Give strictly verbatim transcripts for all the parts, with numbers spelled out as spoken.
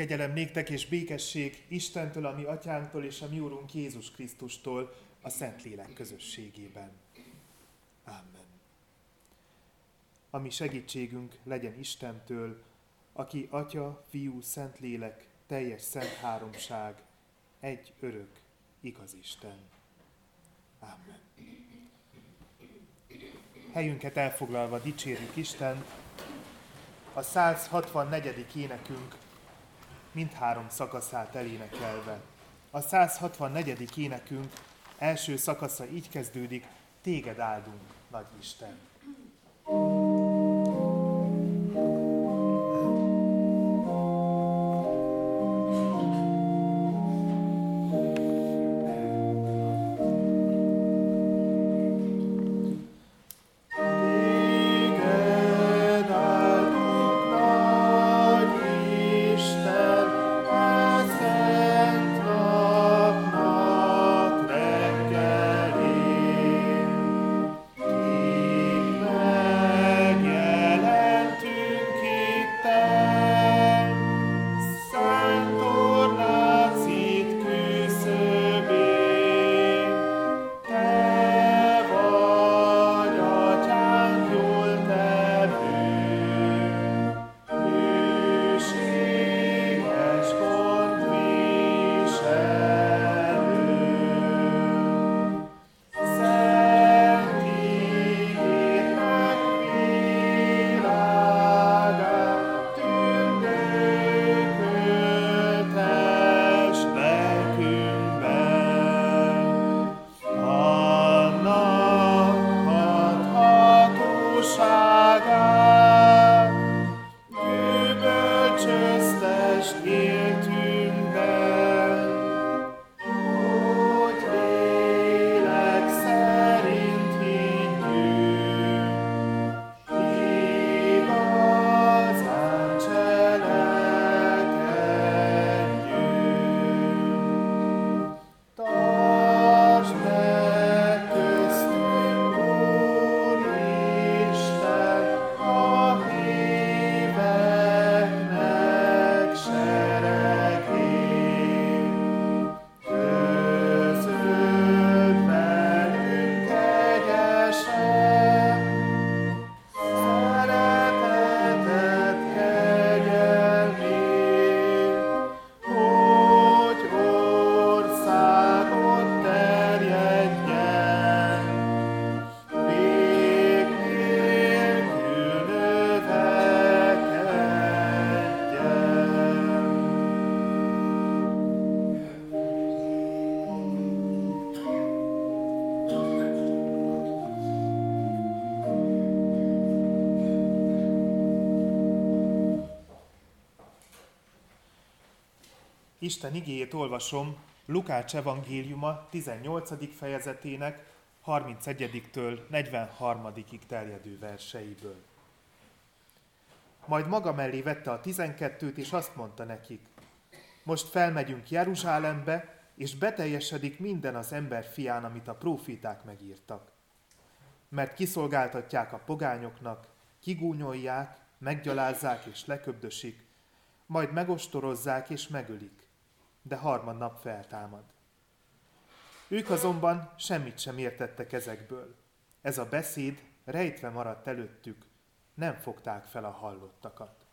Kegyelem néktek és békesség Istentől, a mi atyánktól és a mi Urunk Jézus Krisztustól a Szentlélek közösségében. Amen. A mi segítségünk legyen Istentől, aki Atya, Fiú, Szentlélek, teljes szent háromság, egy örök, igaz Isten. Amen. Helyünket elfoglalva dicsérjük Istent, a száz hatvannegyedik énekünk mindhárom szakaszát elénekelve. A száz hatvannegyedik énekünk első szakasza így kezdődik: Téged áldunk, nagy Isten. Isten igéjét olvasom Lukács evangéliuma tizennyolcadik fejezetének harmincegyediktől negyvenharmadikig terjedő verseiből. Majd maga mellé vette a tizenkettőt, és azt mondta nekik: most felmegyünk Jeruzsálembe, és beteljesedik minden az ember fián, amit a próféták megírtak. Mert kiszolgáltatják a pogányoknak, kigúnyolják, meggyalázzák és leköbdösik, majd megostorozzák és megölik, de harmadnap feltámad. Ők azonban semmit sem értettek ezekből. Ez a beszéd rejtve maradt előttük, nem fogták fel a hallottakat.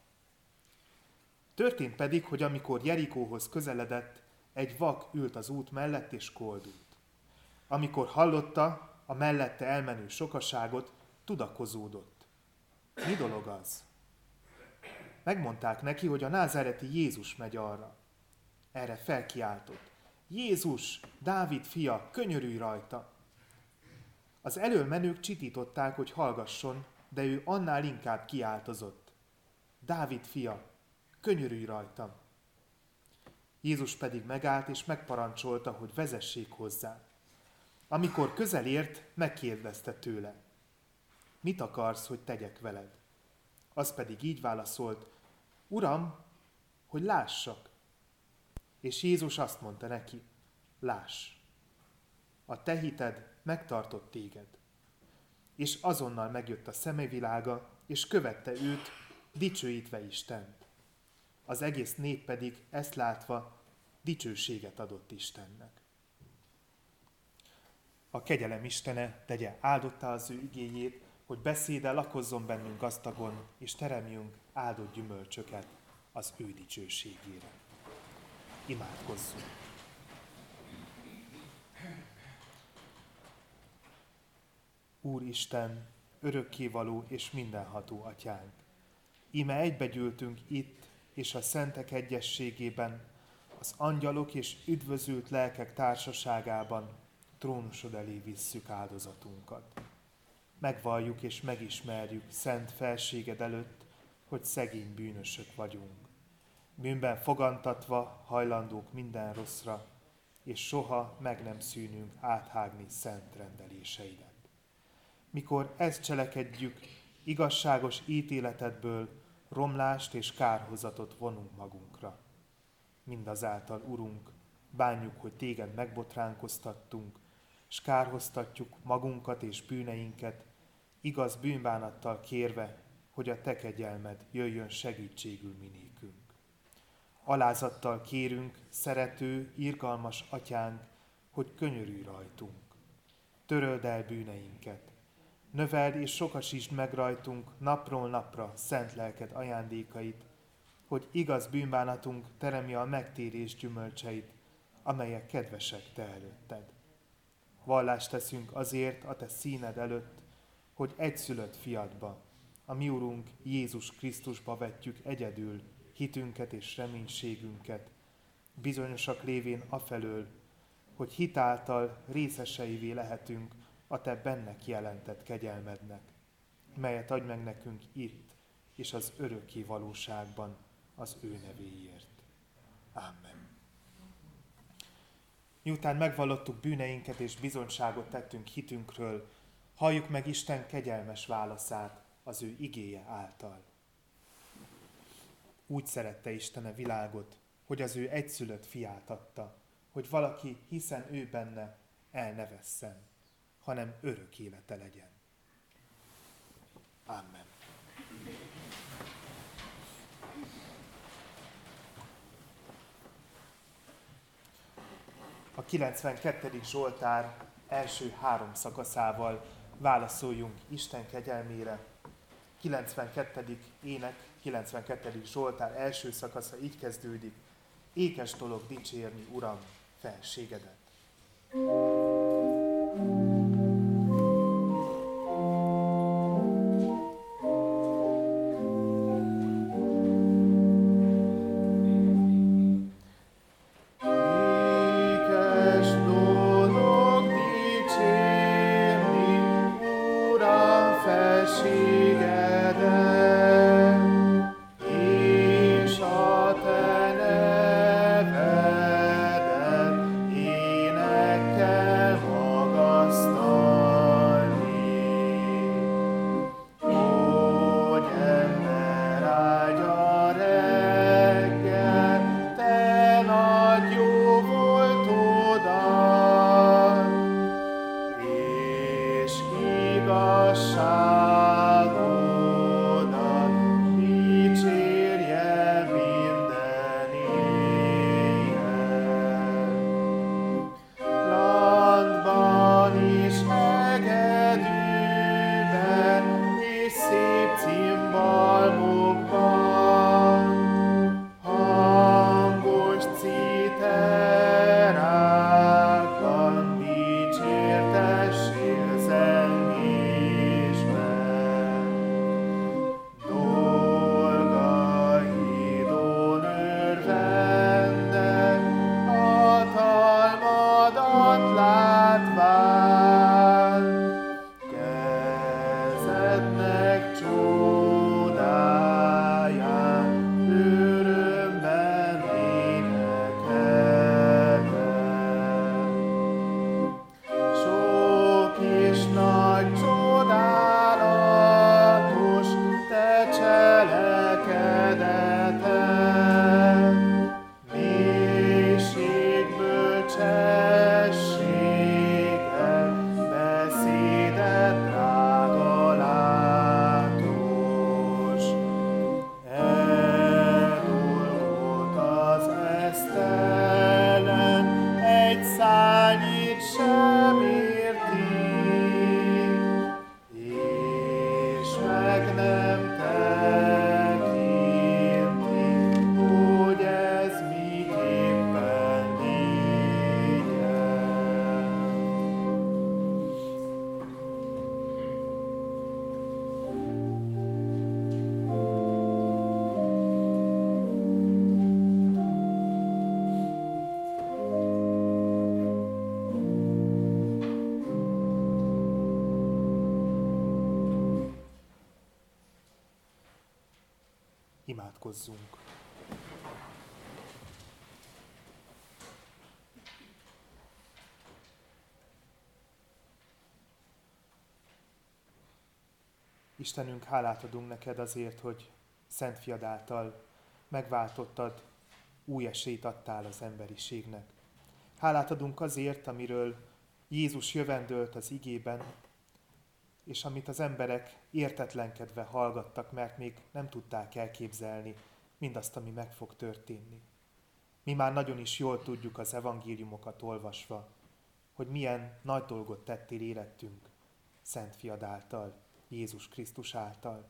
Történt pedig, hogy amikor Jerikóhoz közeledett, egy vak ült az út mellett és koldult. Amikor hallotta a mellette elmenő sokaságot, tudakozódott. Mi dolog az? Megmondták neki, hogy a názáreti Jézus megy arra. Erre felkiáltott: Jézus, Dávid fia, könyörülj rajta! Az elölmenők csitították, hogy hallgasson, de ő annál inkább kiáltozott: Dávid fia, könyörülj rajtam! Jézus pedig megállt és megparancsolta, hogy vezessék hozzá. Amikor közel ért, megkérdezte tőle: mit akarsz, hogy tegyek veled? Az pedig így válaszolt: Uram, hogy lássak. És Jézus azt mondta neki: láss, a te hited megtartott téged. És azonnal megjött a szemevilága, és követte őt, dicsőítve Istent. az egész nép pedig ezt látva dicsőséget adott Istennek. A kegyelem Istene tegye áldottá az ő igéjét, hogy beszéde lakozzon bennünk gazdagon, és teremjünk áldott gyümölcsöket az ő dicsőségére. Imádkozzunk! Úristen, örökkévaló és mindenható atyánk! Íme egybegyűltünk itt és a szentek egyességében, az angyalok és üdvözült lelkek társaságában trónusod elé visszük áldozatunkat. Megvalljuk és megismerjük szent felséged előtt, hogy szegény bűnösök vagyunk. Bűnben fogantatva hajlandók minden rosszra, és soha meg nem szűnünk áthágni szent rendeléseidet. Mikor ezt cselekedjük, igazságos ítéletedből romlást és kárhozatot vonunk magunkra. Mindazáltal, Urunk, bánjuk, hogy téged megbotránkoztattunk, s kárhoztatjuk magunkat és bűneinket, igaz bűnbánattal kérve, hogy a te kegyelmed jöjjön segítségül minékünk. Alázattal kérünk, szerető, irgalmas atyánk, hogy könyörülj rajtunk. Töröld el bűneinket. Növeld és sokasítsd meg rajtunk napról napra szent lelked ajándékait, hogy igaz bűnbánatunk teremje a megtérés gyümölcseit, amelyek kedvesek te előtted. Vallást teszünk azért a te színed előtt, hogy egyszülött fiadba, a mi Urunk Jézus Krisztusba vetjük egyedül hitünket és reménységünket, bizonyosak lévén afelől, hogy hitáltal részeseivé lehetünk a te bennek jelentett kegyelmednek, melyet adj meg nekünk itt és az örökké valóságban az ő nevéért. Amen. Miután megvallottuk bűneinket és bizonyságot tettünk hitünkről, halljuk meg Isten kegyelmes válaszát az ő igéje által. Úgy szerette Isten a világot, hogy az ő egyszülött fiát adta, hogy valaki, hiszen ő benne, el ne vesszen, hanem örök élete legyen. Amen. A kilencvenkettedik Zsoltár első három szakaszával válaszoljunk Isten kegyelmére. kilencvenkettedik ének, kilencvenkettedik Zsoltár első szakasza így kezdődik. Ékes dolog dicsérni, Uram, felségedet. Imádkozzunk! Istenünk, hálát adunk neked azért, hogy Szent Fiad által megváltottad, új esélyt adtál az emberiségnek. Hálát adunk azért, amiről Jézus jövendölt az igében, és amit az emberek értetlenkedve hallgattak, mert még nem tudták elképzelni mindazt, ami meg fog történni. Mi már nagyon is jól tudjuk az evangéliumokat olvasva, hogy milyen nagy dolgot tettél életünk Szent Fiad által, Jézus Krisztus által.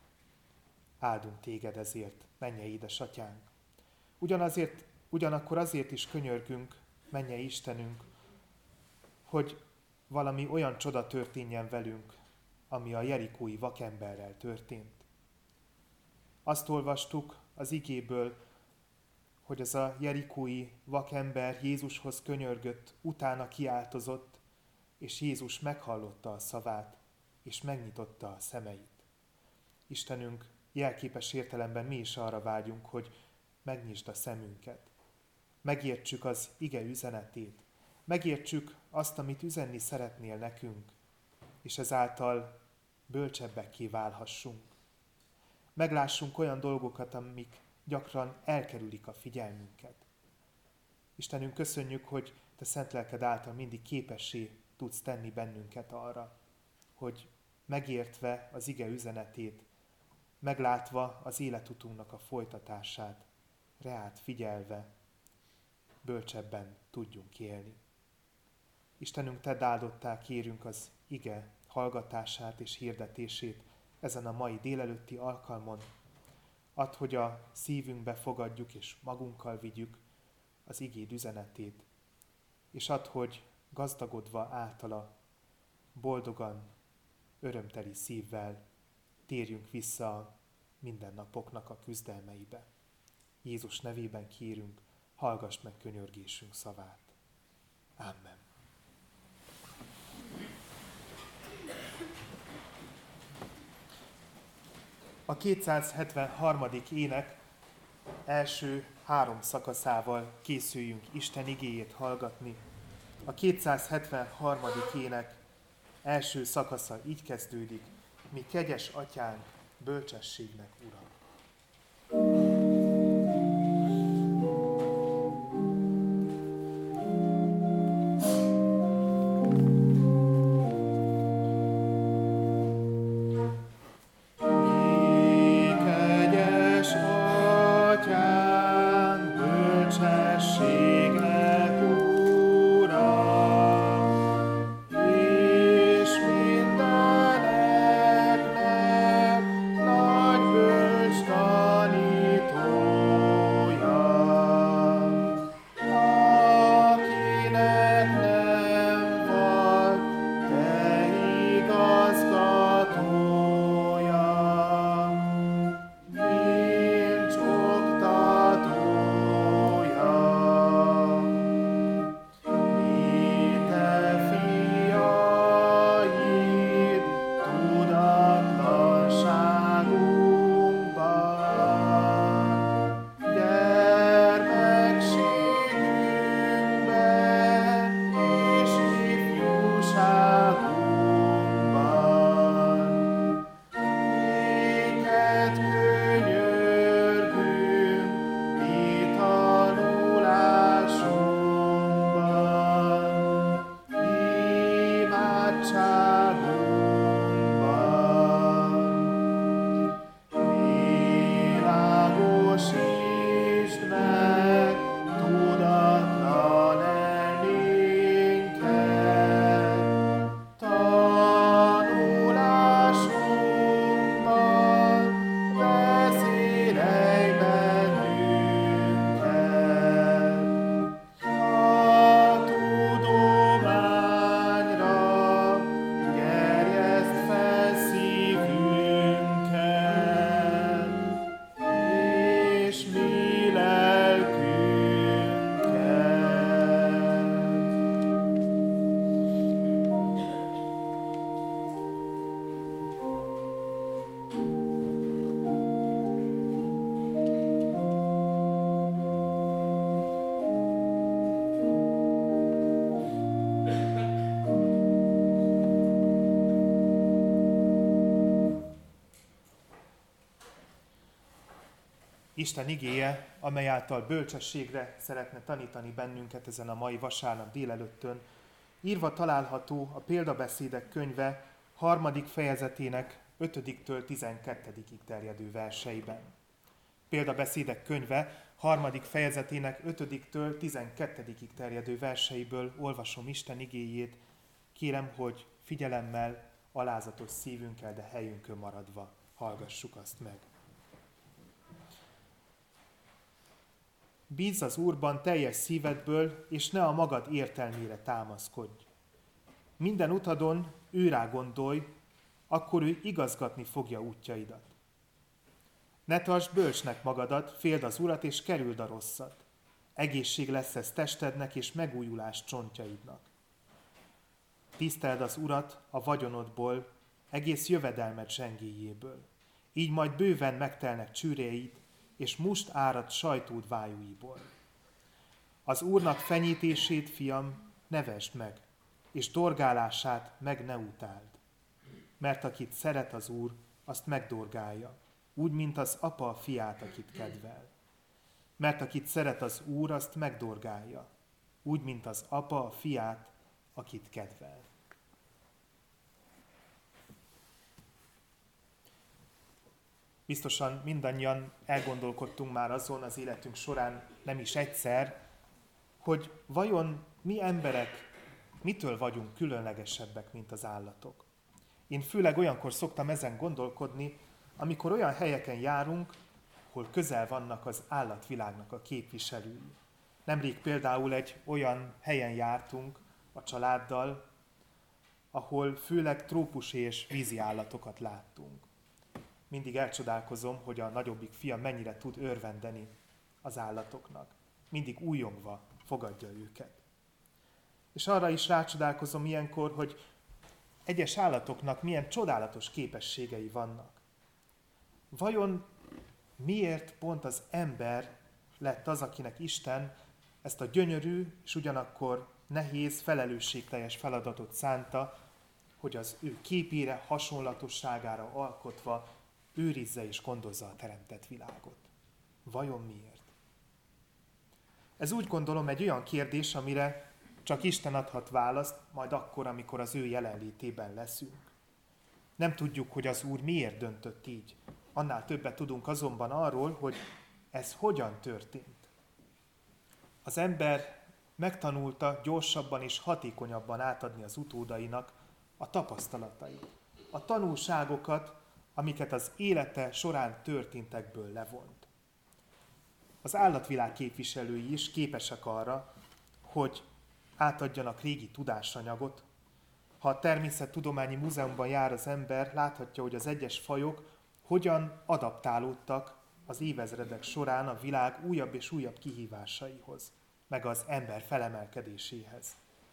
Áldunk téged ezért, mennyei édesatyánk. Ugyanazért, ugyanakkor azért is könyörgünk, mennyei Istenünk, hogy valami olyan csoda történjen velünk, ami a jerikói vakemberrel történt. Azt olvastuk az igéből, hogy ez a jerikói vakember Jézushoz könyörgött, utána kiáltozott, és Jézus meghallotta a szavát, és megnyitotta a szemeit. Istenünk, jelképes értelemben mi is arra vágyunk, hogy megnyisd a szemünket. Megértsük az ige üzenetét, megértsük azt, amit üzenni szeretnél nekünk, és ezáltal bölcsebbekké válhassunk. Meglássunk olyan dolgokat, amik gyakran elkerülik a figyelmünket. Istenünk, köszönjük, hogy te szent lelked által mindig képessé tudsz tenni bennünket arra, hogy megértve az ige üzenetét, meglátva az életutunknak a folytatását, reád figyelve, bölcsebben tudjunk élni. Istenünk, tedd áldottá, kérünk az ige hallgatását és hirdetését ezen a mai délelőtti alkalmon. Add, hogy a szívünkbe fogadjuk és magunkkal vigyük az igéd üzenetét, és add, hogy gazdagodva általa, boldogan, örömteli szívvel térjünk vissza a mindennapoknak a küzdelmeibe. Jézus nevében kérünk, hallgass meg könyörgésünk szavát. Amen. A kétszázhetvenharmadik ének első három szakaszával készüljünk Isten igéjét hallgatni. A kétszázhetvenharmadik ének első szakasza így kezdődik: Mi kegyes atyánk, bölcsességnek ura. Good. Isten igéje, amely által bölcsességre szeretne tanítani bennünket ezen a mai vasárnap délelőttön, írva található a Példabeszédek könyve harmadik fejezetének ötödiktől tizenkettedikig terjedő verseiben. Példabeszédek könyve harmadik fejezetének ötödiktől tizenkettedikig terjedő verseiből olvasom Isten igéjét. Kérem, hogy figyelemmel, alázatos szívünkkel, de helyünkön maradva hallgassuk azt meg. Bízz az Úrban teljes szívedből, és ne a magad értelmére támaszkodj. Minden utadon őrá gondolj, akkor ő igazgatni fogja útjaidat. Ne tartsd bölcsnek magadat, féld az Urat, és kerüld a rosszat. Egészség lesz ez testednek, és megújulás csontjaidnak. Tiszteld az Urat a vagyonodból, egész jövedelmed zsengéjéből. Így majd bőven megtelnek csűréid, és must árad sajtód vájúiból. Az Úrnak fenyítését, fiam, ne vesd meg, és dorgálását meg ne utáld. Mert akit szeret az Úr, azt megdorgálja, úgy, mint az apa a fiát, akit kedvel. Mert akit szeret az Úr, azt megdorgálja, úgy, mint az apa a fiát, akit kedvel. Biztosan mindannyian elgondolkodtunk már azon az életünk során, nem is egyszer, hogy vajon mi emberek mitől vagyunk különlegesebbek, mint az állatok. Én főleg olyankor szoktam ezen gondolkodni, amikor olyan helyeken járunk, hol közel vannak az állatvilágnak a képviselői. Nemrég például egy olyan helyen jártunk a családdal, ahol főleg trópusi és vízi állatokat láttunk. Mindig elcsodálkozom, hogy a nagyobbik fiam mennyire tud örvendeni az állatoknak. Mindig újongva fogadja őket. És arra is rácsodálkozom ilyenkor, hogy egyes állatoknak milyen csodálatos képességei vannak. Vajon miért pont az ember lett az, akinek Isten ezt a gyönyörű és ugyanakkor nehéz, felelősségteljes feladatot szánta, hogy az ő képére, hasonlatosságára alkotva őrizze és gondozza a teremtett világot. Vajon miért? Ez úgy gondolom egy olyan kérdés, amire csak Isten adhat választ, majd akkor, amikor az ő jelenlétében leszünk. Nem tudjuk, hogy az Úr miért döntött így. Annál többet tudunk azonban arról, hogy ez hogyan történt. Az ember megtanulta gyorsabban és hatékonyabban átadni az utódainak a tapasztalatait, a tanulságokat, amiket az élete során történtekből levont. Az állatvilág képviselői is képesek arra, hogy átadjanak régi tudásanyagot. Ha a Természettudományi Múzeumban jár az ember, láthatja, hogy az egyes fajok hogyan adaptálódtak az évezredek során a világ újabb és újabb kihívásaihoz, meg az ember felemelkedéséhez.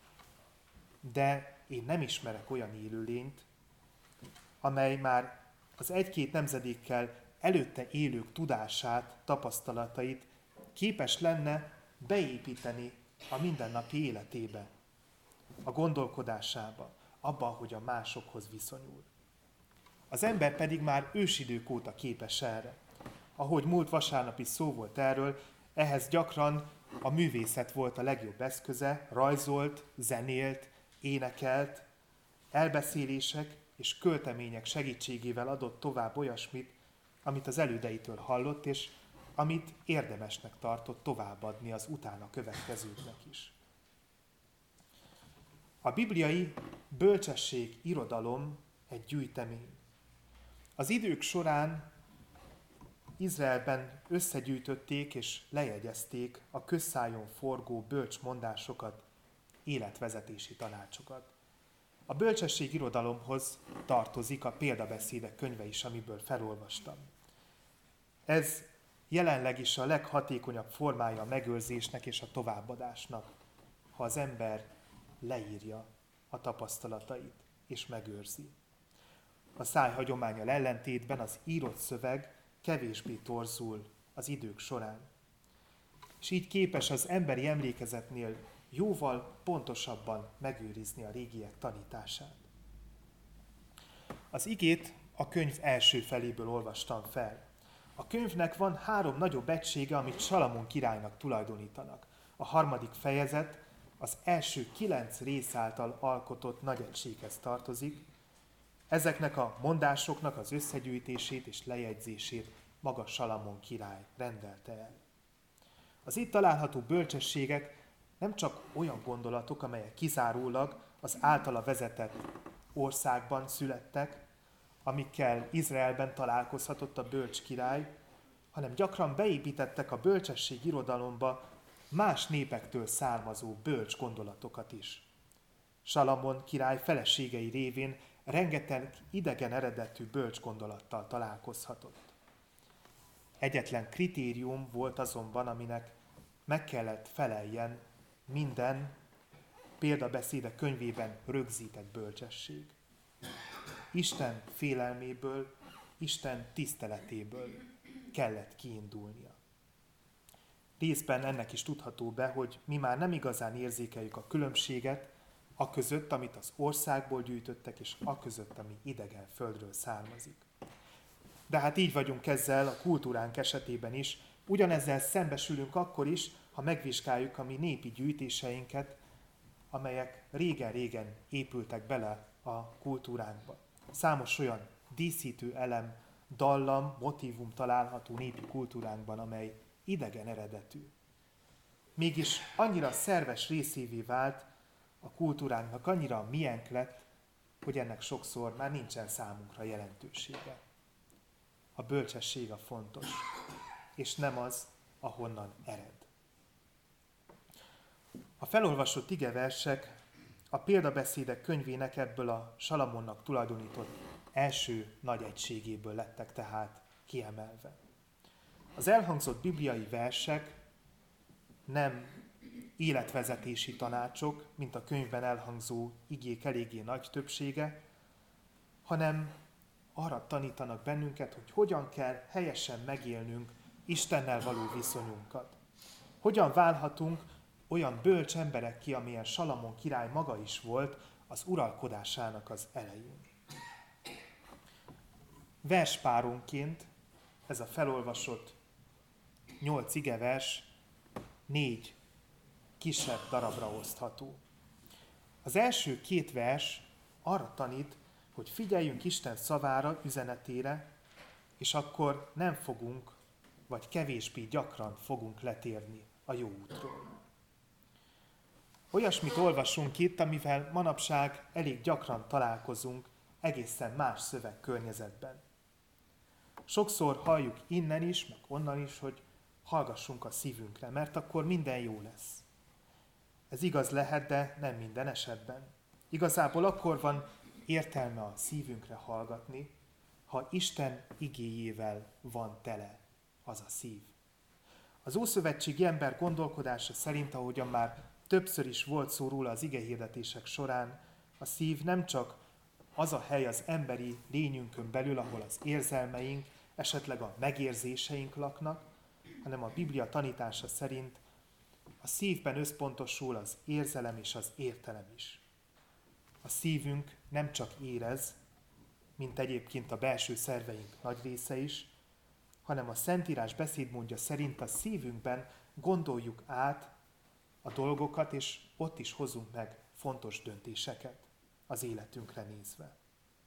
De én nem ismerek olyan élőlényt, amely már az egy-két nemzedékkel előtte élők tudását, tapasztalatait képes lenne beépíteni a mindennapi életébe, a gondolkodásába, abba, hogy a másokhoz viszonyul. Az ember pedig már ősidők óta képes erre. Ahogy múlt vasárnap is szó volt erről, ehhez gyakran a művészet volt a legjobb eszköze, rajzolt, zenélt, énekelt, elbeszélések és költemények segítségével adott tovább olyasmit, amit az elődeitől hallott, és amit érdemesnek tartott továbbadni az utána következőknek is. A bibliai bölcsesség irodalom egy gyűjtemény. Az idők során Izraelben összegyűjtötték és lejegyezték a közszájon forgó bölcsmondásokat, életvezetési tanácsokat. A bölcsesség irodalomhoz tartozik a Példabeszédek könyve is, amiből felolvastam. Ez jelenleg is a leghatékonyabb formája a megőrzésnek és a továbbadásnak, ha az ember leírja a tapasztalatait és megőrzi. A száj hagyománnyal ellentétben az írott szöveg kevésbé torzul az idők során. És így képes az emberi emlékezetnél jóval pontosabban megőrizni a régiek tanítását. Az igét a könyv első feléből olvastam fel. A könyvnek van három nagyobb egysége, amit Salamon királynak tulajdonítanak. A harmadik fejezet az első kilenc rész által alkotott nagy egységhez tartozik. Ezeknek a mondásoknak az összegyűjtését és lejegyzését maga Salamon király rendelte el. Az itt található bölcsességek nem csak olyan gondolatok, amelyek kizárólag az általa vezetett országban születtek, amikkel Izraelben találkozhatott a bölcs király, hanem gyakran beépítettek a bölcsesség irodalomba más népektől származó bölcs gondolatokat is. Salamon király feleségei révén rengeteg idegen eredetű bölcs gondolattal találkozhatott. Egyetlen kritérium volt azonban, aminek meg kellett feleljen minden példabeszédek könyvében rögzített bölcsesség. Isten félelméből, Isten tiszteletéből kellett kiindulnia. Részben ennek is tudható be, hogy mi már nem igazán érzékeljük a különbséget a között, amit az országból gyűjtöttek, és a között, ami idegen földről származik. De hát így vagyunk ezzel a kultúránk esetében is, ugyanezzel szembesülünk akkor is, ha megvizsgáljuk a mi népi gyűjtéseinket, amelyek régen-régen épültek bele a kultúránkba. Számos olyan díszítő elem, dallam, motívum található népi kultúránkban, amely idegen eredetű. Mégis annyira szerves részévé vált a kultúránknak, annyira miénk lett, hogy ennek sokszor már nincsen számunkra jelentősége. A bölcsesség a fontos, és nem az, ahonnan ered. A felolvasott igeversek a példabeszédek könyvének ebből a Salamonnak tulajdonított első nagy egységéből lettek tehát kiemelve. Az elhangzott bibliai versek nem életvezetési tanácsok, mint a könyvben elhangzó igék eléggé nagy többsége, hanem arra tanítanak bennünket, hogy hogyan kell helyesen megélnünk Istennel való viszonyunkat. Hogyan válhatunk olyan bölcs emberek ki, amilyen Salamon király maga is volt az uralkodásának az elején. Verspáronként ez a felolvasott nyolc igevers négy kisebb darabra osztható. Az első két vers arra tanít, hogy figyeljünk Isten szavára, üzenetére, és akkor nem fogunk, vagy kevésbé gyakran fogunk letérni a jó útról. Olyasmit olvasunk itt, amivel manapság elég gyakran találkozunk egészen más szövegkörnyezetben. Sokszor halljuk innen is, meg onnan is, hogy hallgassunk a szívünkre, mert akkor minden jó lesz. Ez igaz lehet, de nem minden esetben. Igazából akkor van értelme a szívünkre hallgatni, ha Isten igéjével van tele az a szív. Az ószövetségi ember gondolkodása szerint, ahogyan már többször is volt szó róla az igehirdetések során, a szív nem csak az a hely az emberi lényünkön belül, ahol az érzelmeink, esetleg a megérzéseink laknak, hanem a Biblia tanítása szerint a szívben összpontosul az érzelem és az értelem is. A szívünk nem csak érez, mint egyébként a belső szerveink nagy része is, hanem a Szentírás beszédmódja szerint a szívünkben gondoljuk át a dolgokat, és ott is hozunk meg fontos döntéseket az életünkre nézve.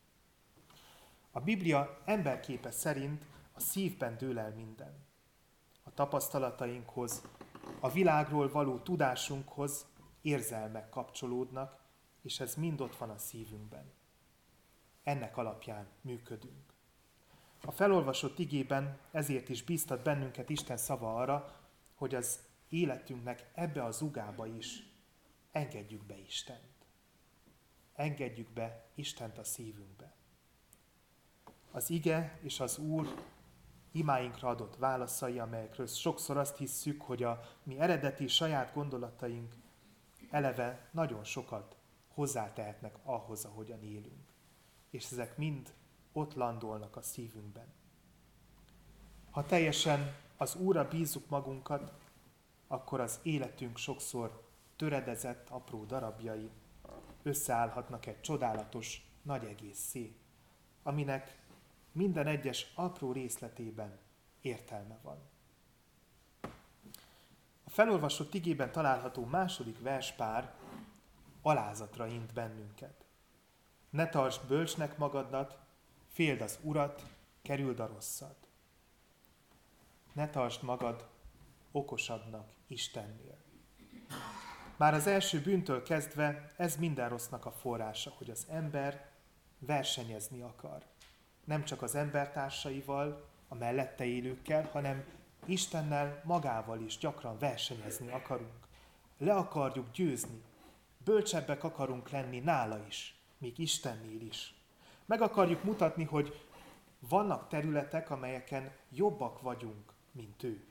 A Biblia emberképe szerint a szívben dől el minden. A tapasztalatainkhoz, a világról való tudásunkhoz érzelmek kapcsolódnak, és ez mind ott van a szívünkben. Ennek alapján működünk. A felolvasott igében ezért is bíztat bennünket Isten szava arra, hogy az életünknek ebbe a zugába is engedjük be Istent. Engedjük be Istent a szívünkbe. Az ige és az Úr imáinkra adott válaszai, amelyekről sokszor azt hisszük, hogy a mi eredeti saját gondolataink eleve nagyon sokat hozzátehetnek ahhoz, ahogyan élünk. És ezek mind ott landolnak a szívünkben. Ha teljesen az Úrra bízzuk magunkat, akkor az életünk sokszor töredezett apró darabjai összeállhatnak egy csodálatos nagy egészé, aminek minden egyes apró részletében értelme van. A felolvasott igében található második verspár alázatra int bennünket. Ne tartsd bölcsnek magadat, féld az Urat, kerüld a rosszat. Ne tartsd magad okosabbnak Istennél. Már az első bűntől kezdve ez minden rossznak a forrása, hogy az ember versenyezni akar. Nem csak az embertársaival, a mellette élőkkel, hanem Istennel magával is gyakran versenyezni akarunk. Le akarjuk győzni, bölcsebbek akarunk lenni nála is, még Istennél is. Meg akarjuk mutatni, hogy vannak területek, amelyeken jobbak vagyunk, mint ő.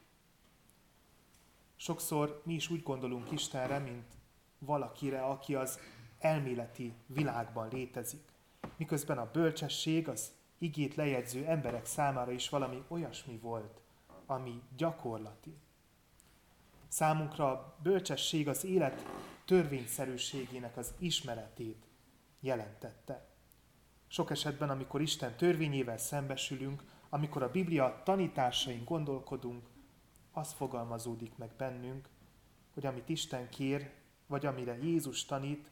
Sokszor mi is úgy gondolunk Istenre, mint valakire, aki az elméleti világban létezik. Miközben a bölcsesség az igét lejegyző emberek számára is valami olyasmi volt, ami gyakorlati. Számunkra a bölcsesség az élet törvényszerűségének az ismeretét jelentette. Sok esetben, amikor Isten törvényével szembesülünk, amikor a Biblia tanításain gondolkodunk, az fogalmazódik meg bennünk, hogy amit Isten kér, vagy amire Jézus tanít,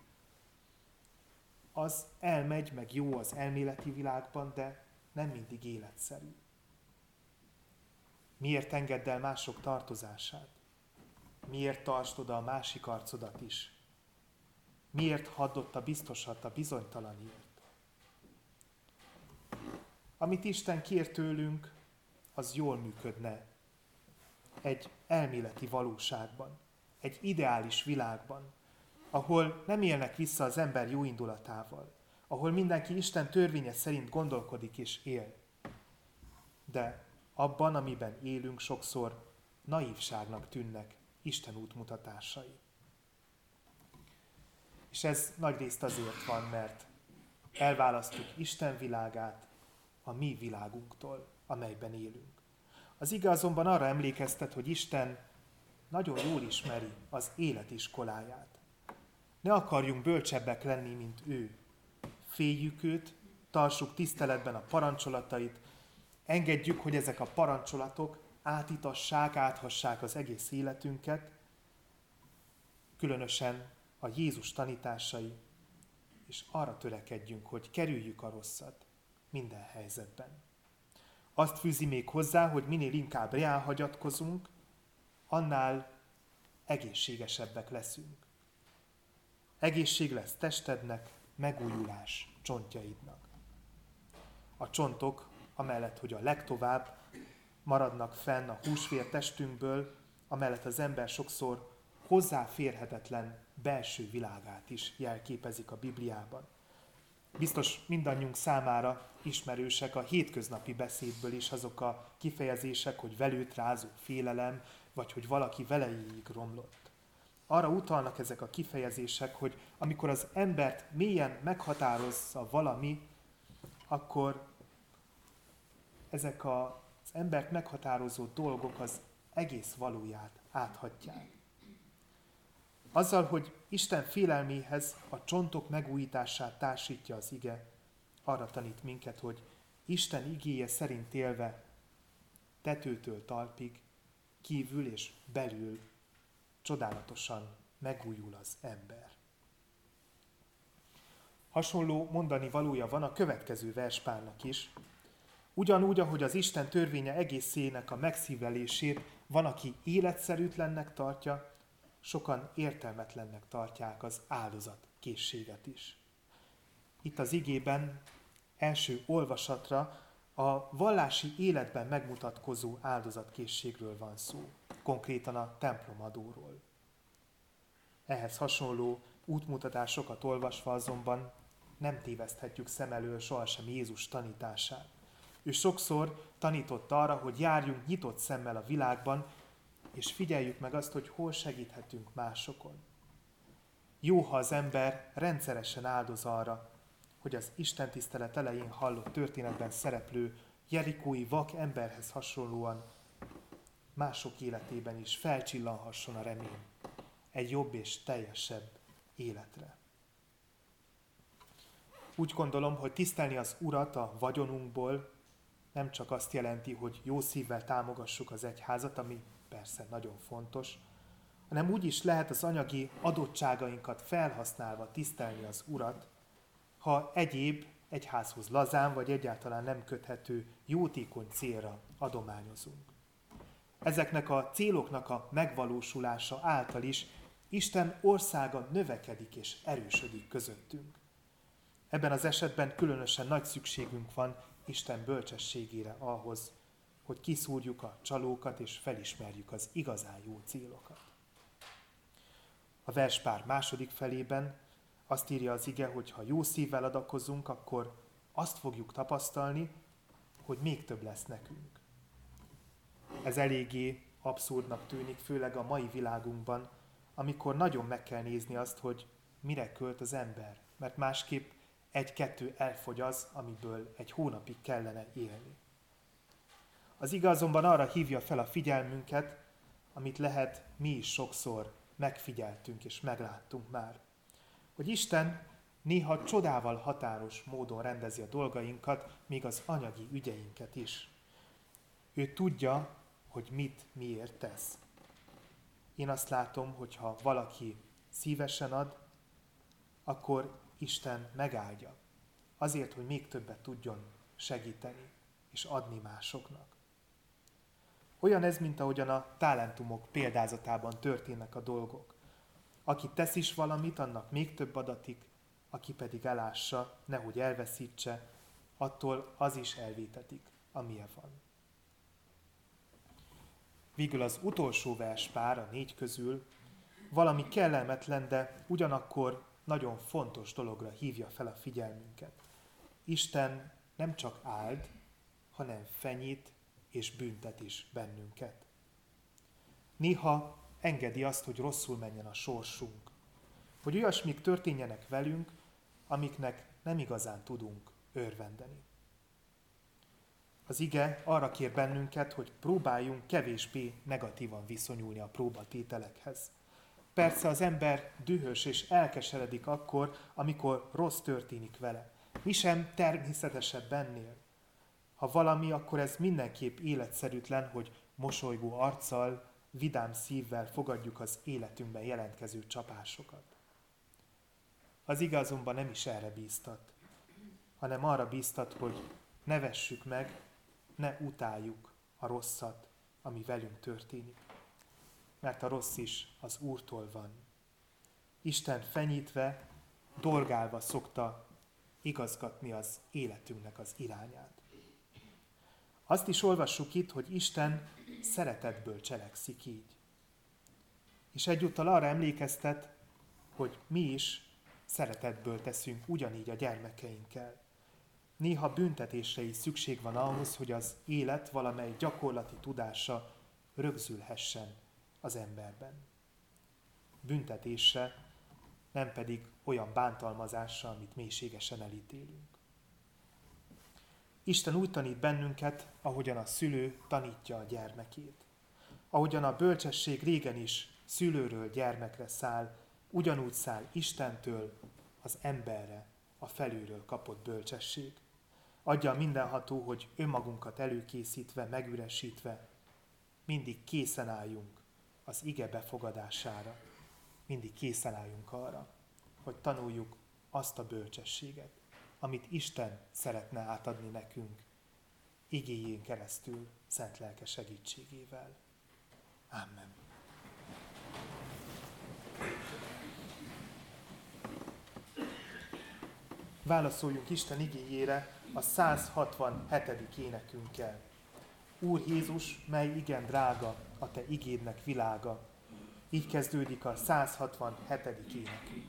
az elmegy, meg jó az elméleti világban, de nem mindig életszerű. Miért engedd el mások tartozását? Miért tartsd oda a másik arcodat is? Miért hadd ott a biztosat a bizonytalanért? Amit Isten kér tőlünk, az jól működne egy elméleti valóságban, egy ideális világban, ahol nem élnek vissza az ember jó indulatával, ahol mindenki Isten törvénye szerint gondolkodik és él. De abban, amiben élünk, sokszor naívságnak tűnnek Isten útmutatásai. És ez nagyrészt azért van, mert elválasztjuk Isten világát a mi világunktól, amelyben élünk. Az ige azonban arra emlékeztet, hogy Isten nagyon jól ismeri az életiskoláját. Ne akarjunk bölcsebbek lenni, mint ő. Féljük őt, tartsuk tiszteletben a parancsolatait, engedjük, hogy ezek a parancsolatok átitassák, áthassák az egész életünket, különösen a Jézus tanításai, és arra törekedjünk, hogy kerüljük a rosszat minden helyzetben. Azt fűzi még hozzá, hogy minél inkább ráhagyatkozunk, annál egészségesebbek leszünk. Egészség lesz testednek, megújulás csontjaidnak. A csontok, amellett, hogy a legtovább maradnak fenn a húsvér testünkből, amellett az ember sokszor hozzáférhetetlen belső világát is jelképezik a Bibliában. Biztos mindannyiunk számára ismerősek a hétköznapi beszédből is azok a kifejezések, hogy velőt rázó félelem, vagy hogy valaki velejéig romlott. Arra utalnak ezek a kifejezések, hogy amikor az embert mélyen meghatározza valami, akkor ezek az embert meghatározó dolgok az egész valóját áthatják. Azzal, hogy Isten félelméhez a csontok megújítását társítja az ige, arra tanít minket, hogy Isten igéje szerint élve tetőtől talpig, kívül és belül csodálatosan megújul az ember. Hasonló mondani valója van a következő verspárnak is. Ugyanúgy, ahogy az Isten törvénye egészének a megszívelését van, aki életszerűtlennek tartja, sokan értelmetlennek tartják az áldozat készséget is. Itt az igében első olvasatra a vallási életben megmutatkozó áldozatkészségről van szó, konkrétan a templomadóról. Ehhez hasonló útmutatásokat olvasva azonban nem téveszthetjük szem elől sohasem Jézus tanítását. Ő sokszor tanított arra, hogy járjunk nyitott szemmel a világban, és figyeljük meg azt, hogy hol segíthetünk másokon. Jó, ha az ember rendszeresen áldoz arra, hogy az istentisztelet elején hallott történetben szereplő jerikói vak emberhez hasonlóan mások életében is felcsillanhasson a remény egy jobb és teljesebb életre. Úgy gondolom, hogy tisztelni az Urat a vagyonunkból nem csak azt jelenti, hogy jó szívvel támogassuk az egyházat, ami persze nagyon fontos, hanem úgy is lehet az anyagi adottságainkat felhasználva tisztelni az Urat, ha egyéb egyházhoz lazán vagy egyáltalán nem köthető jótékony célra adományozunk. Ezeknek a céloknak a megvalósulása által is Isten országa növekedik és erősödik közöttünk. Ebben az esetben különösen nagy szükségünk van Isten bölcsességére ahhoz, hogy kiszúrjuk a csalókat és felismerjük az igazán jó célokat. A verspár második felében azt írja az ige, hogy ha jó szívvel adakozunk, akkor azt fogjuk tapasztalni, hogy még több lesz nekünk. Ez eléggé abszurdnak tűnik, főleg a mai világunkban, amikor nagyon meg kell nézni azt, hogy mire költ az ember, mert másképp egy-kettő elfogy az, amiből egy hónapig kellene élni. Az ige azonban arra hívja fel a figyelmünket, amit lehet mi is sokszor megfigyeltünk és megláttunk már, hogy Isten néha csodával határos módon rendezi a dolgainkat, még az anyagi ügyeinket is. Ő tudja, hogy mit miért tesz. Én azt látom, hogy ha valaki szívesen ad, akkor Isten megáldja. Azért, hogy még többet tudjon segíteni és adni másoknak. Olyan ez, mint ahogyan a talentumok példázatában történnek a dolgok. Aki tesz is valamit, annak még több adatik, aki pedig elássa, nehogy elveszítse, attól az is elvétetik, amilyen van. Végül az utolsó verspár, a négy közül valami kellemetlen, de ugyanakkor nagyon fontos dologra hívja fel a figyelmünket. Isten nem csak áld, hanem fenyít és büntet is bennünket. Néha engedi azt, hogy rosszul menjen a sorsunk, hogy olyasmik történjenek velünk, amiknek nem igazán tudunk örvendeni. Az ige arra kér bennünket, hogy próbáljunk kevésbé negatívan viszonyulni a próbatételekhez. Persze az ember dühös és elkeseredik akkor, amikor rossz történik vele. Mi sem természetesebb ennél. Ha valami, akkor ez mindenképp életszerűtlen, hogy mosolygó arccal, vidám szívvel fogadjuk az életünkben jelentkező csapásokat. Az ige azonban nem is erre bíztat, hanem arra bíztat, hogy ne vessük meg, ne utáljuk a rosszat, ami velünk történik. Mert a rossz is az Úrtól van. Isten fenyítve, dorgálva szokta igazgatni az életünknek az irányát. Azt is olvassuk itt, hogy Isten szeretetből cselekszik így. És egyúttal arra emlékeztet, hogy mi is szeretetből teszünk ugyanígy a gyermekeinkkel. Néha büntetésre is szükség van ahhoz, hogy az élet valamely gyakorlati tudása rögzülhessen az emberben. Büntetésre, nem pedig olyan bántalmazásra, amit mélységesen elítélünk. Isten úgy tanít bennünket, ahogyan a szülő tanítja a gyermekét. Ahogyan a bölcsesség régen is szülőről gyermekre száll, ugyanúgy száll Istentől az emberre a felülről kapott bölcsesség. Adja a mindenható, hogy önmagunkat előkészítve, megüresítve, mindig készen álljunk az ige befogadására. Mindig készen álljunk arra, hogy tanuljuk azt a bölcsességet, amit Isten szeretne átadni nekünk, igéjén keresztül, szent lelke segítségével. Amen. Válaszoljunk Isten igéjére a száz hatvanhetedik énekünkkel. Úr Jézus, mely igen drága, a te igédnek világa. Így kezdődik a száz hatvanhetedik énekünk.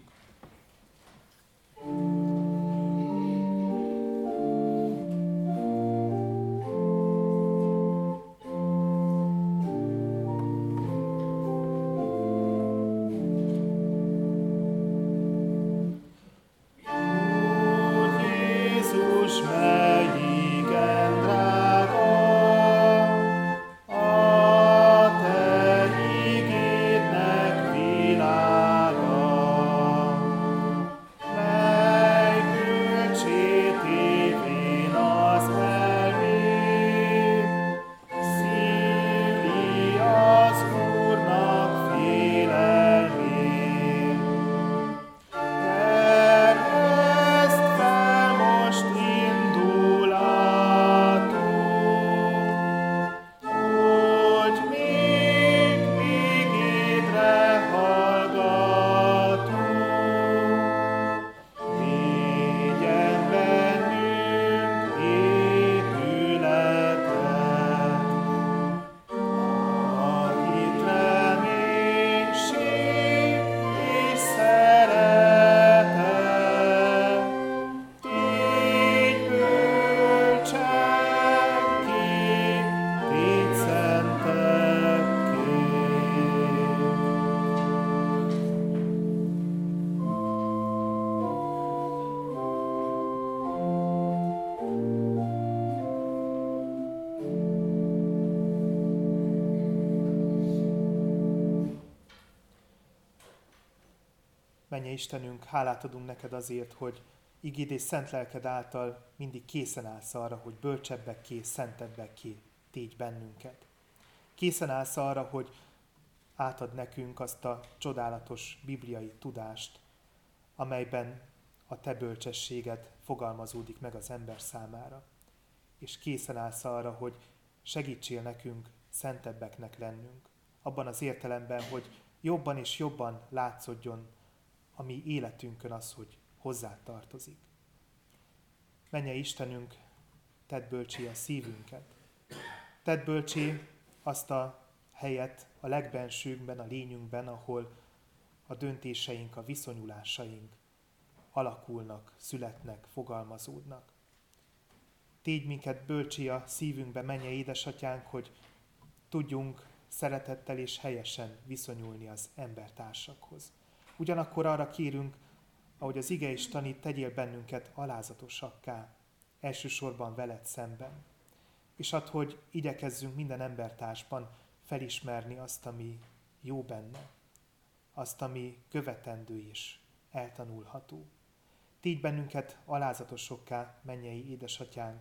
Amen. Mennyei Istenünk, hálát adunk neked azért, hogy igéd és szent lelked által mindig készen állsz arra, hogy bölcsebbekké, szentebbekké tégy bennünket. Készen állsz arra, hogy átad nekünk azt a csodálatos bibliai tudást, amelyben a te bölcsességed fogalmazódik meg az ember számára. És készen állsz arra, hogy segítsél nekünk szentebbeknek lennünk. Abban az értelemben, hogy jobban és jobban látszódjon a mi életünkön az, hogy hozzád tartozik. Mennyei Istenünk, tedd bölcsé a szívünket. Tedd bölcsé azt a helyet a legbensőnkben, a lényünkben, ahol a döntéseink, a viszonyulásaink alakulnak, születnek, fogalmazódnak. Tégy minket bölcsé a szívünkbe, mennyei édesatyánk, hogy tudjunk szeretettel és helyesen viszonyulni az embertársakhoz. Ugyanakkor arra kérünk, ahogy az ige is tanít, tegyél bennünket alázatosakká, elsősorban veled szemben. És add, hogy igyekezzünk minden embertársban felismerni azt, ami jó benne, azt, ami követendő és eltanulható. Tégy bennünket alázatosokká, mennyei édesatyánk,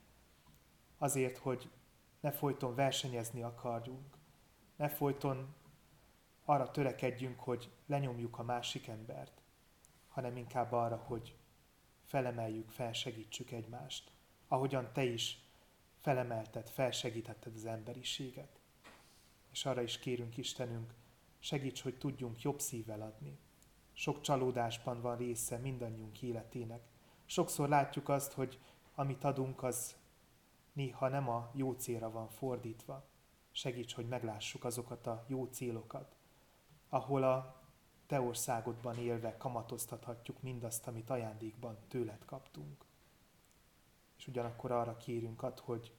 azért, hogy ne folyton versenyezni akarjunk, ne folyton arra törekedjünk, hogy lenyomjuk a másik embert, hanem inkább arra, hogy felemeljük, felsegítsük egymást, ahogyan te is felemelted, felsegítetted az emberiséget. És arra is kérünk, Istenünk, segíts, hogy tudjunk jobb szívvel adni. Sok csalódásban van része mindannyiunk életének. Sokszor látjuk azt, hogy amit adunk, az néha nem a jó célra van fordítva. Segíts, hogy meglássuk azokat a jó célokat, ahol a te országodban élve kamatoztathatjuk mindazt, amit ajándékban tőled kaptunk. És ugyanakkor arra kérünk ad, hogy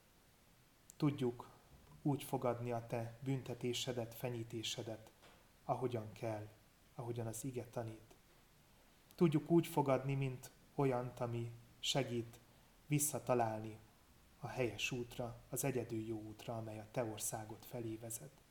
tudjuk úgy fogadni a te büntetésedet, fenyítésedet, ahogyan kell, ahogyan az ige tanít. Tudjuk úgy fogadni, mint olyant, ami segít visszatalálni a helyes útra, az egyedül jó útra, amely a te országod felé vezet.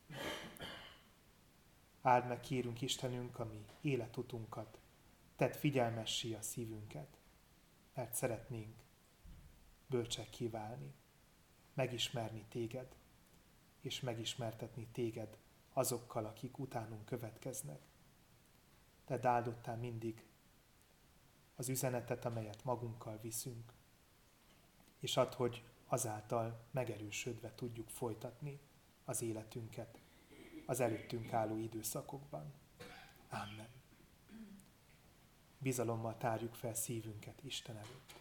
Áld meg, kérünk Istenünk, a mi életutunkat, tedd figyelmessé a szívünket, mert szeretnénk bölcsek kiválni, megismerni téged, és megismertetni téged azokkal, akik utánunk következnek. Tedd áldottál mindig az üzenetet, amelyet magunkkal viszünk, és add, hogy azáltal megerősödve tudjuk folytatni az életünket az előttünk álló időszakokban. Amen. Bizalommal tárjuk fel szívünket Isten előtt.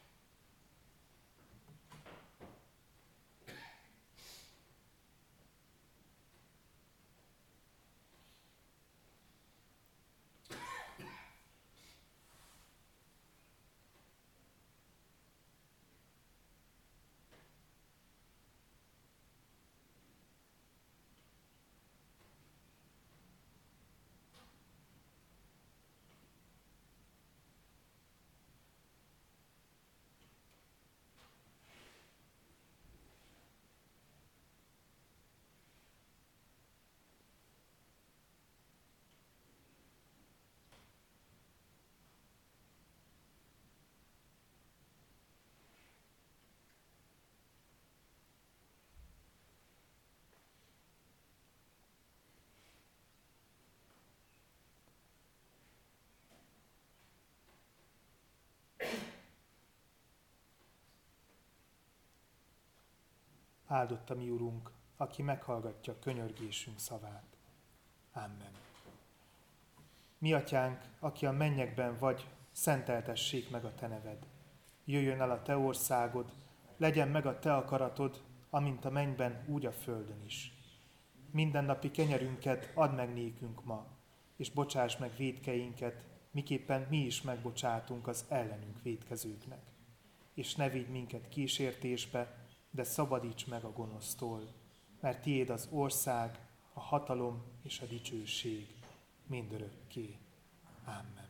Áldott a mi Urunk, aki meghallgatja könyörgésünk szavát. Amen. Mi atyánk, aki a mennyekben vagy, szenteltessék meg a te neved. Jöjjön el a te országod, legyen meg a te akaratod, amint a mennyben, úgy a földön is. Mindennapi kenyerünket add meg nékünk ma, és bocsáss meg vétkeinket, miképpen mi is megbocsátunk az ellenünk vétkezőknek. És ne vigy minket kísértésbe, de szabadíts meg a gonosztól, mert tiéd az ország, a hatalom és a dicsőség mindörökké. Amen.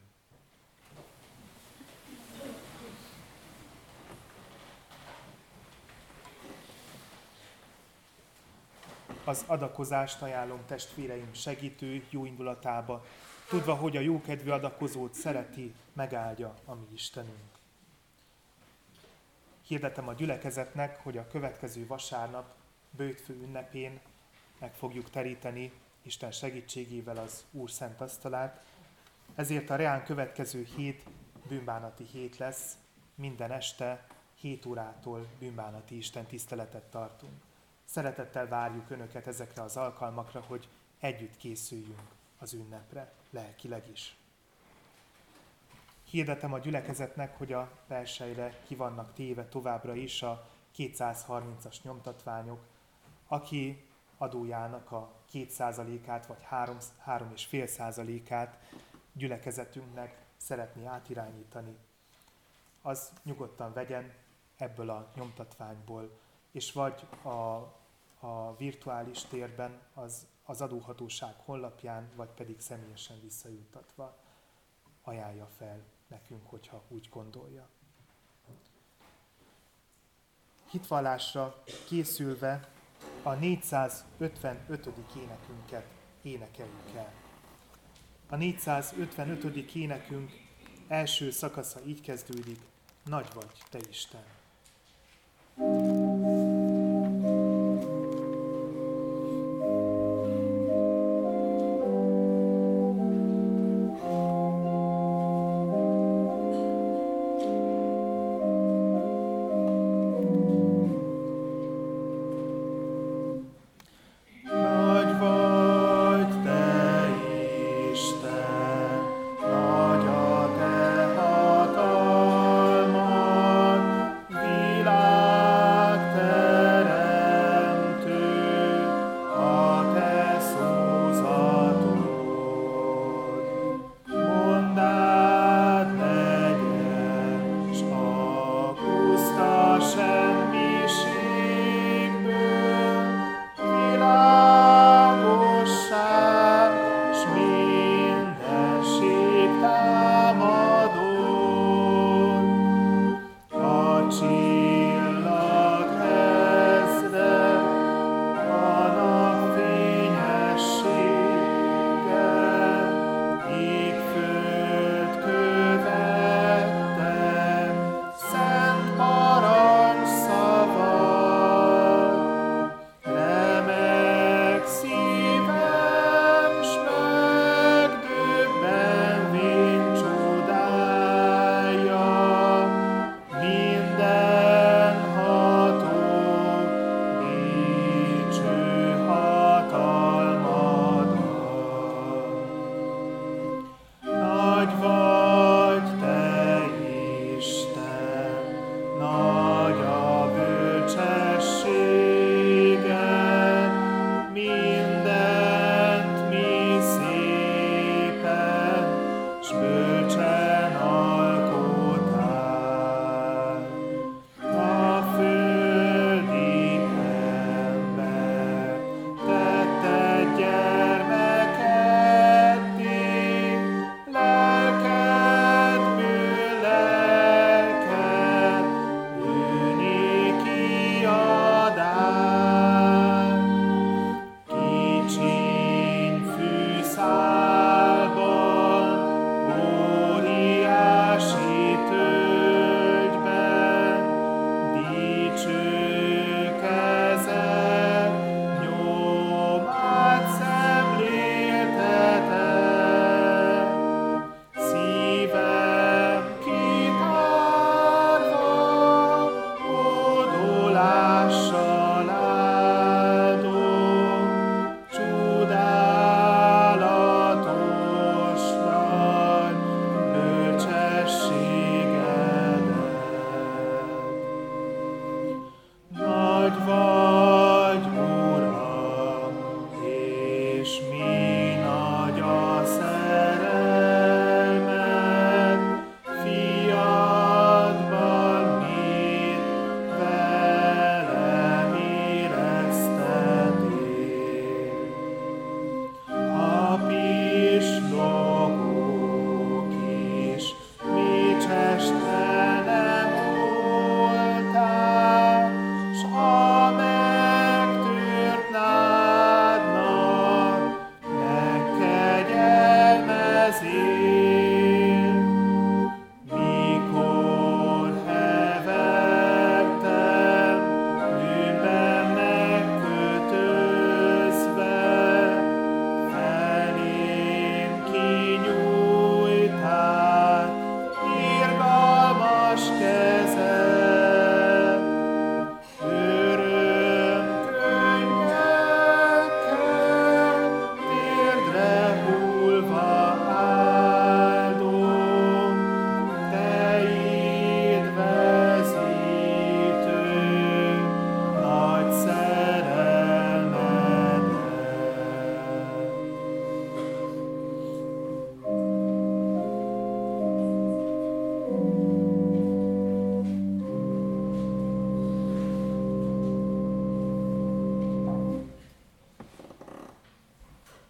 Az adakozást ajánlom testvéreim segítő jó indulatába. tudva, hogy a jókedvű adakozót szereti, megáldja a mi Istenünk. Hirdetem a gyülekezetnek, hogy a következő vasárnap, bőtfő ünnepén meg fogjuk teríteni Isten segítségével az Úr szent asztalát, ezért a reán következő hét bűnbánati hét lesz, minden este hét órától bűnbánati Isten tiszteletet tartunk. Szeretettel várjuk Önöket ezekre az alkalmakra, hogy együtt készüljünk az ünnepre, lelkileg is. Hirdetem a gyülekezetnek, hogy a verseire ki vannak téve továbbra is a kétszázharmincas nyomtatványok, aki adójának a két százalékát vagy három és fél százalékát gyülekezetünknek szeretné átirányítani, az nyugodtan vegyen ebből a nyomtatványból, és vagy a, a virtuális térben, az, az adóhatóság honlapján, vagy pedig személyesen visszajuttatva ajánlja fel nekünk, hogyha úgy gondolja. Hitvallásra készülve a négyszázötvenötödik énekünket énekeljük el. A négyszázötvenötödik énekünk első szakasza így kezdődik: Nagy vagy, te Isten! Világ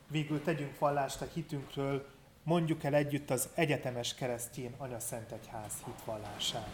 Végül tegyünk vallást a hitünkről, mondjuk el együtt az egyetemes keresztény anyaszentegyház hitvallását.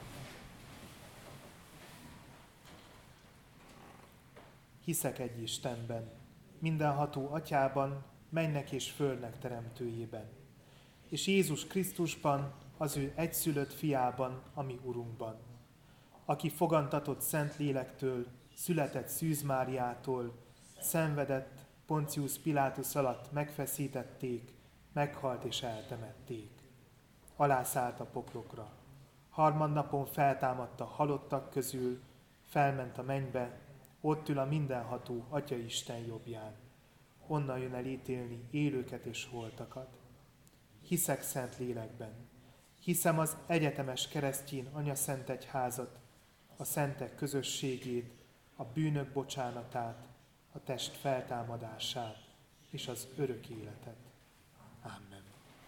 Hiszek egy Istenben, mindenható Atyában, mennek és földnek teremtőjében, és Jézus Krisztusban, az ő egyszülött fiában, a mi Urunkban, aki fogantatott Szent Lélektől, született Szűz Máriától, szenvedett, Poncius Pilátus alatt megfeszítették, meghalt és eltemették. Alászállt a poklokra. Harmadnapon feltámadt a halottak közül, felment a mennybe, ott ül a mindenható Atya Isten jobbján. Onnan jön el ítélni élőket és holtakat. Hiszek Szent Lélekben. Hiszem az egyetemes keresztény anyaszentegyházat, a szentek közösségét, a bűnök bocsánatát, a test feltámadását és az örök életet. Amen.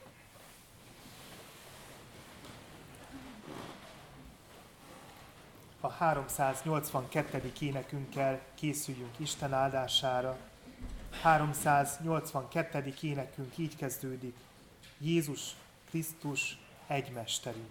A háromszáznyolcvankettedik énekünkkel készüljünk Isten áldására. háromszáznyolcvankettedik énekünk így kezdődik: Jézus Krisztus egymesterünk.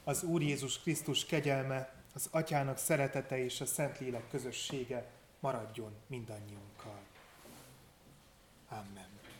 Az Úr Jézus Krisztus kegyelme, az Atyának szeretete és a Szentlélek közössége maradjon mindannyiunkkal. Amen.